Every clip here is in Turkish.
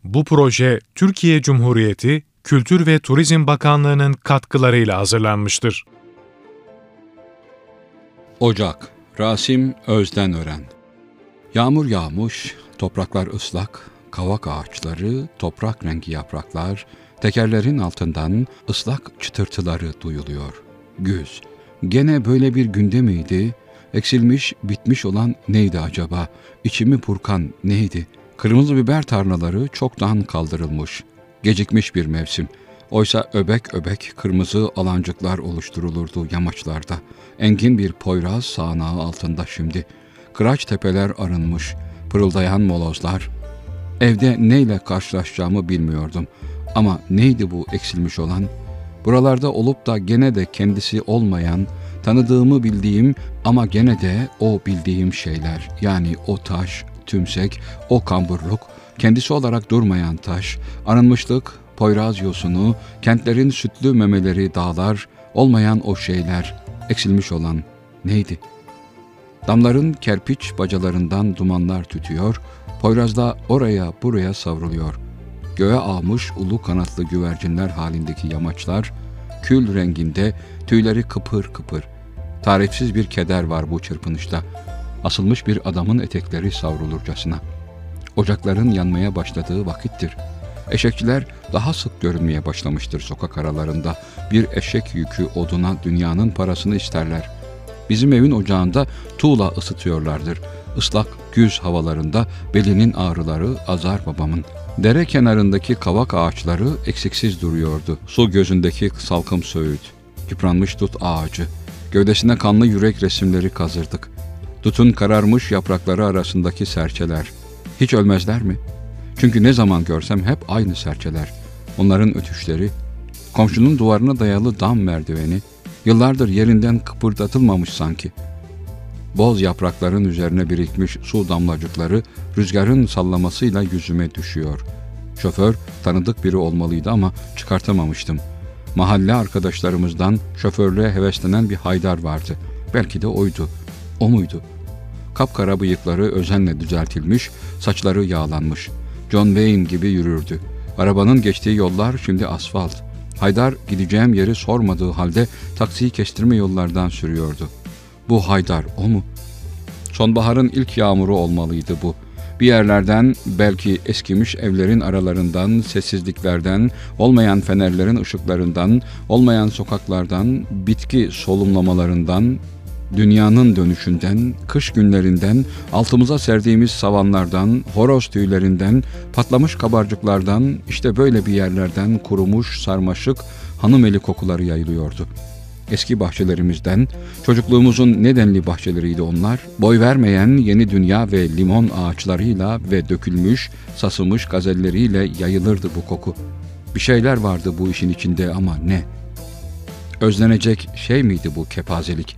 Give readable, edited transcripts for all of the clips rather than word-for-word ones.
Bu proje, Türkiye Cumhuriyeti Kültür ve Turizm Bakanlığı'nın katkılarıyla hazırlanmıştır. Ocak, Rasim Özdenören. Yağmur yağmış, topraklar ıslak, kavak ağaçları, toprak rengi yapraklar, tekerlerin altından ıslak çıtırtıları duyuluyor. Güz, gene böyle bir günde miydi? Eksilmiş, bitmiş olan neydi acaba? İçimi burkan neydi? Kırmızı biber tarlaları çoktan kaldırılmış. Gecikmiş bir mevsim. Oysa öbek öbek kırmızı alancıklar oluşturulurdu yamaçlarda. Engin bir Poyraz sağanağı altında şimdi. Kıraç tepeler arınmış, pırıldayan molozlar. Evde neyle karşılaşacağımı bilmiyordum. Ama neydi bu eksilmiş olan? Buralarda olup da gene de kendisi olmayan, tanıdığımı bildiğim ama gene de o bildiğim şeyler. Yani o taş, tümsek, o kamburluk, kendisi olarak durmayan taş, arınmışlık, Poyraz yosunu, kentlerin sütlü memeleri dağlar, olmayan o şeyler, eksilmiş olan neydi? Damların kerpiç bacalarından dumanlar tütüyor, Poyraz'da oraya buraya savruluyor. Göğe almış ulu kanatlı güvercinler halindeki yamaçlar, kül renginde, tüyleri kıpır kıpır. Tarifsiz bir keder var bu çırpınışta. Asılmış bir adamın etekleri savrulurcasına. Ocakların yanmaya başladığı vakittir. Eşekçiler daha sık görünmeye başlamıştır sokak aralarında. Bir eşek yükü oduna dünyanın parasını isterler. Bizim evin ocağında tuğla ısıtıyorlardır. Islak güz havalarında belinin ağrıları azar babamın. Dere kenarındaki kavak ağaçları eksiksiz duruyordu. Su gözündeki salkım söğüt, yıpranmış dut ağacı, gövdesine kanlı yürek resimleri kazırdık. Dutun kararmış yaprakları arasındaki serçeler. Hiç ölmezler mi? Çünkü ne zaman görsem hep aynı serçeler. Onların ötüşleri, komşunun duvarına dayalı dam merdiveni, yıllardır yerinden kıpırdatılmamış sanki. Boz yaprakların üzerine birikmiş su damlacıkları rüzgarın sallamasıyla yüzüme düşüyor. Şoför tanıdık biri olmalıydı ama çıkartamamıştım. Mahalle arkadaşlarımızdan şoförlüğe heveslenen bir Haydar vardı. Belki de oydu. O muydu? Kapkara bıyıkları özenle düzeltilmiş, saçları yağlanmış. John Wayne gibi yürürdü. Arabanın geçtiği yollar şimdi asfalt. Haydar gideceğim yeri sormadığı halde taksiyi kestirme yollardan sürüyordu. Bu Haydar o mu? Sonbaharın ilk yağmuru olmalıydı bu. Bir yerlerden, belki eskimiş evlerin aralarından, sessizliklerden, olmayan fenerlerin ışıklarından, olmayan sokaklardan, bitki solumlamalarından, dünyanın dönüşünden, kış günlerinden, altımıza serdiğimiz savanlardan, horoz tüylerinden, patlamış kabarcıklardan, işte böyle bir yerlerden kurumuş, sarmaşık, hanım eli kokuları yayılıyordu. Eski bahçelerimizden, çocukluğumuzun nedenli bahçeleriydi onlar, boy vermeyen yeni dünya ve limon ağaçlarıyla ve dökülmüş, sasımış gazelleriyle yayılırdı bu koku. Bir şeyler vardı bu işin içinde ama ne? Özlenecek şey miydi bu kepazelik?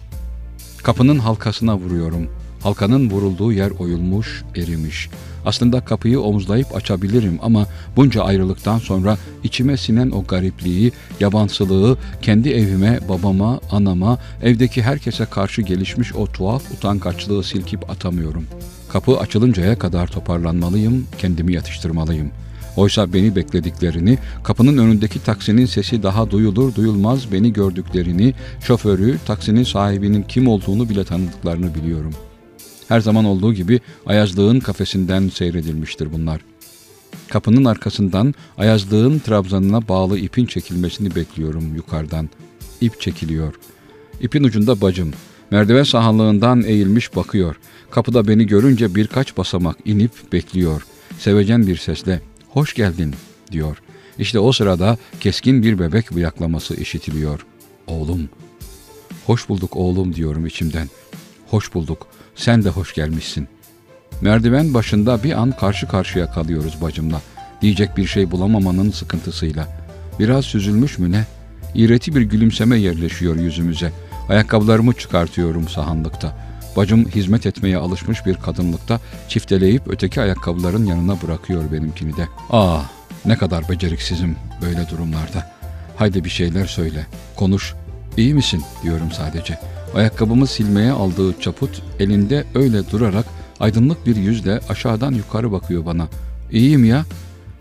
Kapının halkasına vuruyorum. Halkanın vurulduğu yer oyulmuş, erimiş. Aslında kapıyı omuzlayıp açabilirim ama bunca ayrılıktan sonra içime sinen o garipliği, yabansılığı, kendi evime, babama, anama, evdeki herkese karşı gelişmiş o tuhaf utangaçlığı silkip atamıyorum. Kapı açılıncaya kadar toparlanmalıyım, kendimi yatıştırmalıyım. Oysa beni beklediklerini, kapının önündeki taksinin sesi daha duyulur duyulmaz beni gördüklerini, şoförü, taksinin sahibinin kim olduğunu bile tanıdıklarını biliyorum. Her zaman olduğu gibi Ayazlığın kafesinden seyredilmiştir bunlar. Kapının arkasından Ayazlığın trabzanına bağlı ipin çekilmesini bekliyorum yukarıdan. İp çekiliyor. İpin ucunda bacım. Merdiven sahanlığından eğilmiş bakıyor. Kapıda beni görünce birkaç basamak inip bekliyor. Sevecen bir sesle "Hoş geldin" diyor. İşte o sırada keskin bir bebek bıyaklaması işitiliyor. "Oğlum." "Hoş bulduk oğlum" diyorum içimden. "Hoş bulduk. Sen de hoş gelmişsin." Merdiven başında bir an karşı karşıya kalıyoruz bacımla. Diyecek bir şey bulamamanın sıkıntısıyla. Biraz süzülmüş mü ne? İğreti bir gülümseme yerleşiyor yüzümüze. Ayakkabılarımı çıkartıyorum sahanlıkta. Bacım hizmet etmeye alışmış bir kadınlıkta çifteleyip öteki ayakkabıların yanına bırakıyor benimkini de. "Ah, ne kadar beceriksizim böyle durumlarda. Haydi bir şeyler söyle, konuş. İyi misin?" diyorum sadece. Ayakkabımı silmeye aldığı çaput elinde öyle durarak aydınlık bir yüzle aşağıdan yukarı bakıyor bana. "İyiyim ya."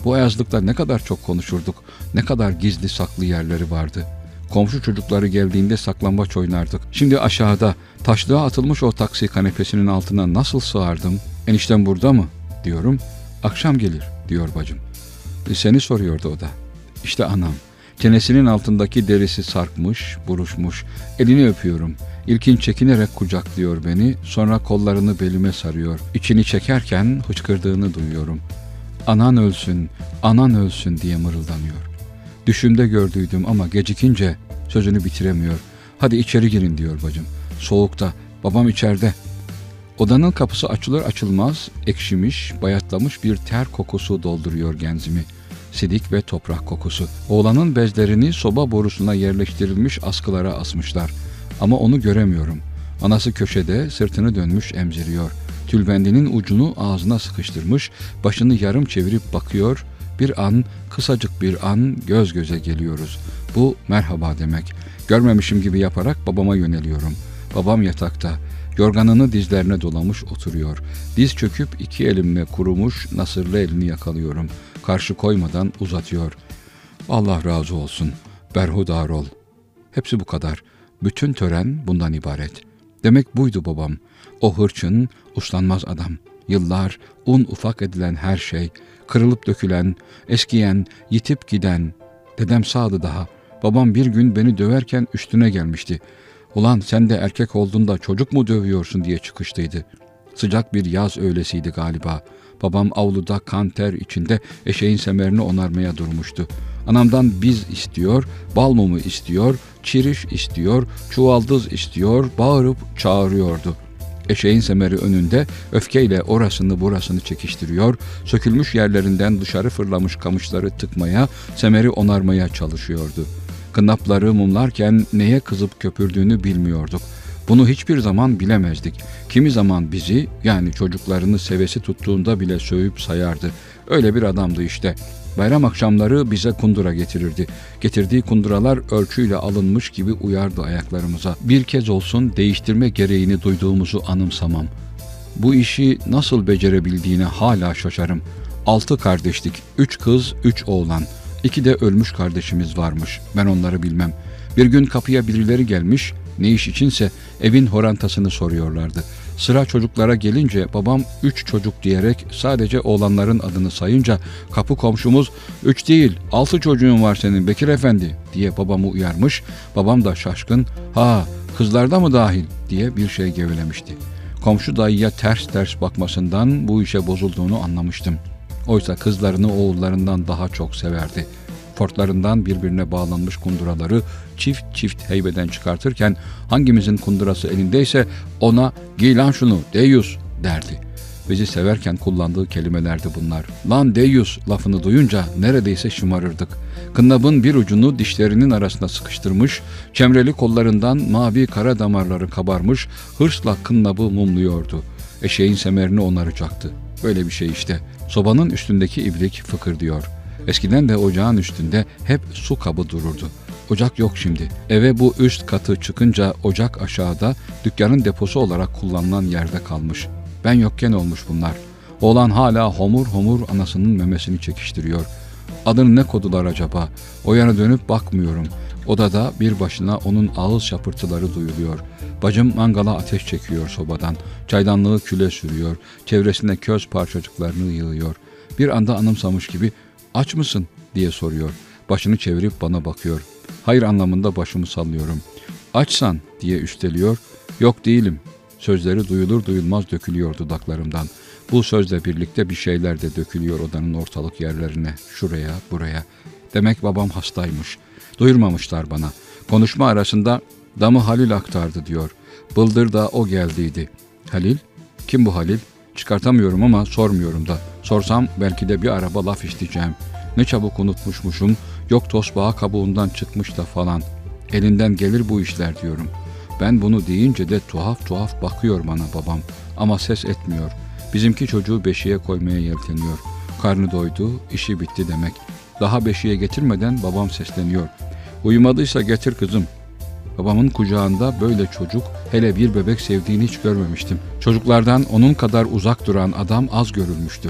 Bu ayazlıkta ne kadar çok konuşurduk, ne kadar gizli saklı yerleri vardı. Komşu çocukları geldiğinde saklambaç oynardık. Şimdi aşağıda taşlığa atılmış o taksi kanepesinin altına nasıl sığardım? Eniştem burada mı? Diyorum. Akşam gelir diyor bacım. Seni soruyordu o da. İşte anam. Çenesinin altındaki derisi sarkmış, buruşmuş. Elini öpüyorum. İlkin çekinerek kucaklıyor beni, sonra kollarını belime sarıyor. İçini çekerken hıçkırdığını duyuyorum. Anan ölsün, anan ölsün diye mırıldanıyor. Düşümde gördüydüm ama gecikince sözünü bitiremiyor. Hadi içeri girin diyor bacım. Soğukta, babam içeride. Odanın kapısı açılır açılmaz ekşimiş, bayatlamış bir ter kokusu dolduruyor genzimi. Sidik ve toprak kokusu. Oğlanın bezlerini soba borusuna yerleştirilmiş askılara asmışlar. Ama onu göremiyorum. Anası köşede sırtını dönmüş emziriyor. Tülbendinin ucunu ağzına sıkıştırmış, başını yarım çevirip bakıyor. Bir an, kısacık bir an göz göze geliyoruz. Bu merhaba demek. Görmemişim gibi yaparak babama yöneliyorum. Babam yatakta. Yorganını dizlerine dolamış oturuyor. Diz çöküp iki elimle kurumuş nasırlı elini yakalıyorum. Karşı koymadan uzatıyor. Allah razı olsun. Berhudar ol. Hepsi bu kadar. Bütün tören bundan ibaret. Demek buydu babam. O hırçın, uslanmaz adam. Yıllar, un ufak edilen her şey, kırılıp dökülen, eskiyen, yitip giden. Dedem sağdı daha. Babam bir gün beni döverken üstüne gelmişti. Ulan sen de erkek olduğunda çocuk mu dövüyorsun diye çıkıştıydı. Sıcak bir yaz öğlesiydi galiba. Babam avluda kan ter içinde eşeğin semerini onarmaya durmuştu. Anamdan biz istiyor, bal mumu istiyor, çiriş istiyor, çuvaldız istiyor, bağırıp çağırıyordu. Eşeğin semeri önünde öfkeyle orasını burasını çekiştiriyor, sökülmüş yerlerinden dışarı fırlamış kamışları tıkmaya, semeri onarmaya çalışıyordu. Kınapları mumlarken neye kızıp köpürdüğünü bilmiyorduk. Bunu hiçbir zaman bilemezdik. Kimi zaman bizi, yani çocuklarını sevesi tuttuğunda bile sövüp sayardı. Öyle bir adamdı işte. Bayram akşamları bize kundura getirirdi. Getirdiği kunduralar ölçüyle alınmış gibi uyardı ayaklarımıza. Bir kez olsun değiştirme gereğini duyduğumuzu anımsamam. Bu işi nasıl becerebildiğine hala şaşarım. 6 kardeştik, 3 kız, 3 oğlan. 2 de ölmüş kardeşimiz varmış. Ben onları bilmem. Bir gün kapıya birileri gelmiş, ne iş içinse evin horantasını soruyorlardı. Sıra çocuklara gelince babam 3 çocuk diyerek sadece oğlanların adını sayınca kapı komşumuz 3 değil 6 çocuğun var senin Bekir Efendi diye babamı uyarmış. Babam da şaşkın ha kızlarda mı dahil diye bir şey gevelemişti. Komşu dayıya ters ters bakmasından bu işe bozulduğunu anlamıştım. Oysa kızlarını oğullarından daha çok severdi. Fortlarından birbirine bağlanmış kunduraları çift çift heybeden çıkartırken hangimizin kundurası elindeyse ona giy lan şunu deyus derdi. Bizi severken kullandığı kelimelerdi bunlar. Lan deyus lafını duyunca neredeyse şımarırdık. Kınnabın bir ucunu dişlerinin arasına sıkıştırmış, çemreli kollarından mavi kara damarları kabarmış, hırsla kınnabı mumluyordu. Eşeğin semerini onaracaktı. Böyle bir şey işte. Sobanın üstündeki ibrik fıkırdıyor. Eskiden de ocağın üstünde hep su kabı dururdu. Ocak yok şimdi. Eve bu üst katı çıkınca ocak aşağıda dükkanın deposu olarak kullanılan yerde kalmış. Ben yokken olmuş bunlar. Oğlan hala homur homur anasının memesini çekiştiriyor. Adını ne kodular acaba? O yana dönüp bakmıyorum. Odada bir başına onun ağız şapırtıları duyuluyor. Bacım mangala ateş çekiyor sobadan. Çaydanlığı küle sürüyor. Çevresine köz parçacıklarını yığıyor. Bir anda anımsamış gibi aç mısın diye soruyor. Başını çevirip bana bakıyor. Hayır anlamında başımı sallıyorum. Açsan diye üsteliyor. Yok değilim. Sözleri duyulur duyulmaz dökülüyor dudaklarımdan. Bu sözle birlikte bir şeyler de dökülüyor odanın ortalık yerlerine. Şuraya buraya. Demek babam hastaymış. Duyurmamışlar bana. Konuşma arasında damı Halil aktardı diyor. Bıldır da o geldiydi. Halil? Kim bu Halil? Çıkartamıyorum ama sormuyorum da. Sorsam belki de bir araba laf isteyeceğim. Ne çabuk unutmuşmuşum. Yok tosbağa kabuğundan çıkmış da falan. Elinden gelir bu işler diyorum. Ben bunu deyince de tuhaf tuhaf bakıyor bana babam. Ama ses etmiyor. Bizimki çocuğu beşiğe koymaya yelteniyor. Karnı doydu, işi bitti demek. Daha beşiğe getirmeden babam sesleniyor. Uyumadıysa getir kızım. Babamın kucağında böyle çocuk, hele bir bebek sevdiğini hiç görmemiştim. Çocuklardan onun kadar uzak duran adam az görülmüştür.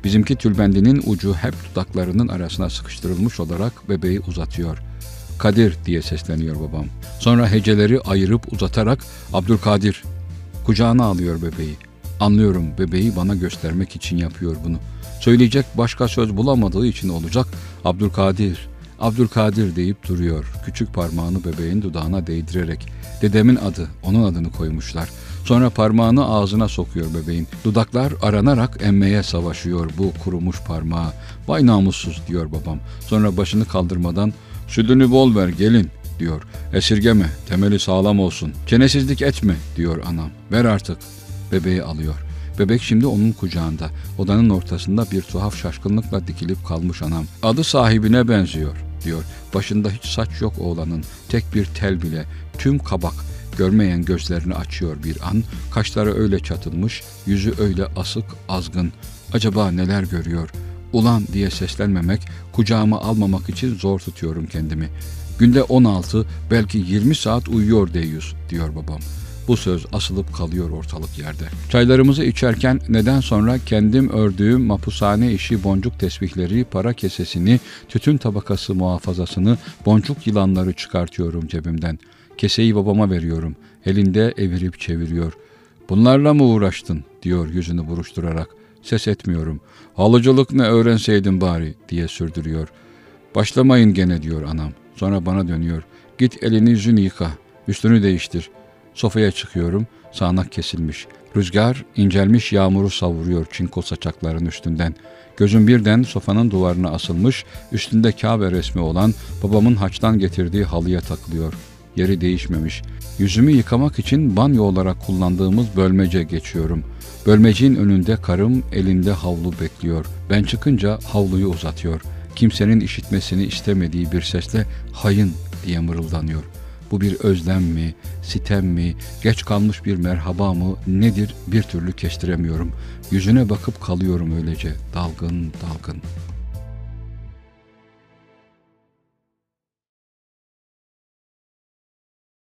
Bizimki tülbendinin ucu hep dudaklarının arasına sıkıştırılmış olarak bebeği uzatıyor. Kadir diye sesleniyor babam. Sonra heceleri ayırıp uzatarak Abdülkadir. Kucağına alıyor bebeği. Anlıyorum, bebeği bana göstermek için yapıyor bunu. Söyleyecek başka söz bulamadığı için olacak. Abdülkadir, Abdülkadir deyip duruyor. Küçük parmağını bebeğin dudağına değdirerek. Dedemin adı, onun adını koymuşlar. Sonra parmağını ağzına sokuyor bebeğin. Dudaklar aranarak emmeye savaşıyor bu kurumuş parmağı. Vay namussuz diyor babam. Sonra başını kaldırmadan sütünü bol ver gelin diyor. Esirgeme, temeli sağlam olsun. Çenesizlik etme diyor anam. Ver artık. Bebeği alıyor. Bebek şimdi onun kucağında. Odanın ortasında bir tuhaf şaşkınlıkla dikilip kalmış anam. Adı sahibine benziyor diyor. Başında hiç saç yok oğlanın. Tek bir tel bile. Tüm kabak. Görmeyen gözlerini açıyor bir an. Kaşları öyle çatılmış, yüzü öyle asık, azgın. Acaba neler görüyor? Ulan diye seslenmemek, kucağıma almamak için zor tutuyorum kendimi. Günde 16, belki 20 saat uyuyor deyyus diyor babam. Bu söz asılıp kalıyor ortalık yerde. Çaylarımızı içerken neden sonra kendim ördüğüm mapushane işi boncuk tesbihleri, para kesesini, tütün tabakası muhafazasını, boncuk yılanları çıkartıyorum cebimden. Keseyi babama veriyorum. Elinde evirip çeviriyor. Bunlarla mı uğraştın diyor yüzünü buruşturarak. Ses etmiyorum. Halıcılık ne öğrenseydin bari diye sürdürüyor. Başlamayın gene diyor anam. Sonra bana dönüyor. Git elini yüzünü yıka. Üstünü değiştir. Sofaya çıkıyorum. Sağanak kesilmiş. Rüzgar incelmiş yağmuru savuruyor çinko saçakların üstünden. Gözüm birden sofanın duvarına asılmış, üstünde Kabe resmi olan babamın haçtan getirdiği halıya takılıyor. Yeri değişmemiş. Yüzümü yıkamak için banyo olarak kullandığımız bölmece geçiyorum. Bölmeciğin önünde karım elinde havlu bekliyor. Ben çıkınca havluyu uzatıyor. Kimsenin işitmesini istemediği bir sesle hayın diye mırıldanıyor. Bu bir özlem mi, sitem mi, geç kalmış bir merhaba mı, nedir bir türlü kestiremiyorum. Yüzüne bakıp kalıyorum öylece, dalgın dalgın.